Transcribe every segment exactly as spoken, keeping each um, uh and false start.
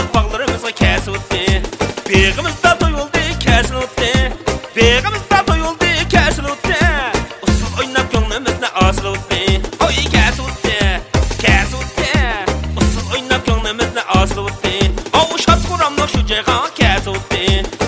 bağlarımızga kesip o'tdi. Begimizda to'yuldi, kesip o'tdi. Begimizda to'yuldi, kesip o'tdi. Usul o'ynab ko'nglimizni osil o'tdi. Oy kesip o'tdi, kesip o'tdi. Usul o'ynab ko'nglimizni osil o'tdi. O shot quramliq shu joyga kesip o'tdi.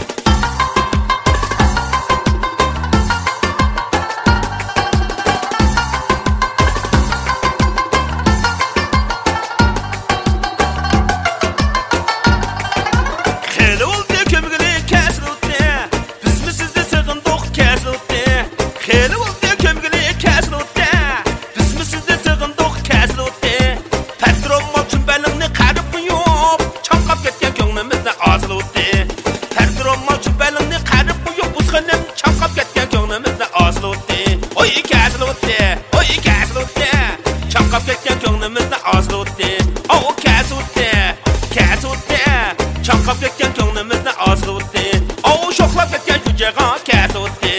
Çanqab ketgan ko'nglimizda osil o'tdi. O kesip o'tdi, kesip o'tdi. Çanqab ketgan ko'nglimizda osil o'tdi. O sho'xlab ketgan shu joyga kesip o'tdi.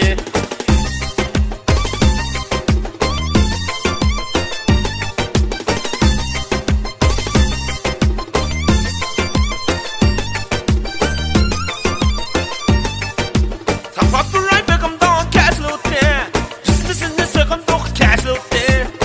Saqlab turay begimdan kesip o'tdi. Sizni sizni sığındık kesip o'tdi.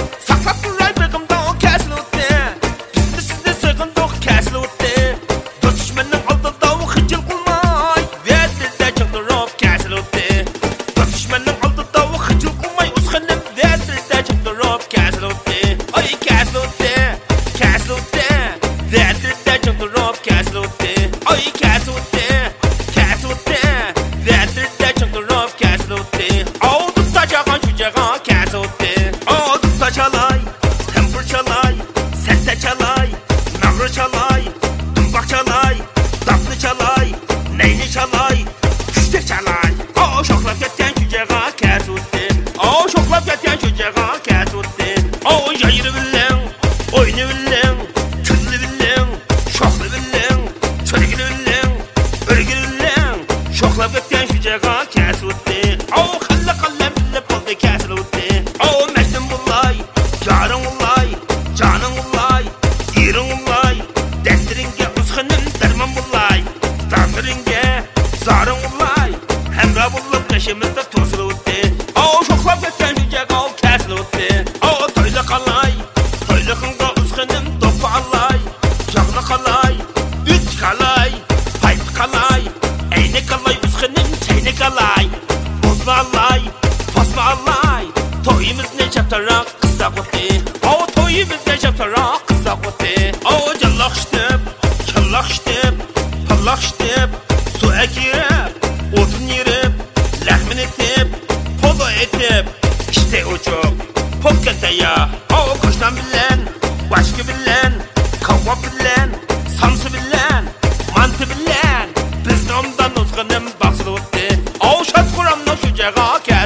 Çalay, tempur çalay, sette çalay, nağrı çalay, dumbak çalay, tatlı çalay, neyni çalay, küçte çalay. O şoklap ketken şucağa kesip o'tdi. O şoklap ketken şucağa kesip o'tdi. O yayırı billen, oyunu billen, küllü billen, şoklu billen, çörgülü billen, örgülü billen, şoklap ketken şucağa kesip o'tdi. O xalla xalla billep oldu kesip o'tdi. O mecnun bullay, yarın ullay, canın ullay, yerin ullay, destiringe uzxının derman bullay, tanrıringe zarın ullay, hemra bullup leşimizde tozulu o'tdi. O şoklap ketken şu joyga kesip o'tdi. O to'yli qalay, to'yli qinga uzxının to'ppi allay, yog'li qalay, üç qalay, payt qalay, eyni qalay uzxının chayni qalay, bozma allay, bosma allay, to'yimizni chaptaroq qizaq o'tdi. O to'yimizga chaptaroq qizaq o'tdi. O jallaq shtib, jallaq shtib, pallaq shtib, suv akirib, o'tin yirib, lahmini tib, polo etib, ishte uchuq, popkanda ya. O ko'shnan bilan, vashki bilan, kavvob bilan, samsi bilan, manti bilan, bizni ondan o'zg'inim baxsil o'tdi. O shot quramni shu joyga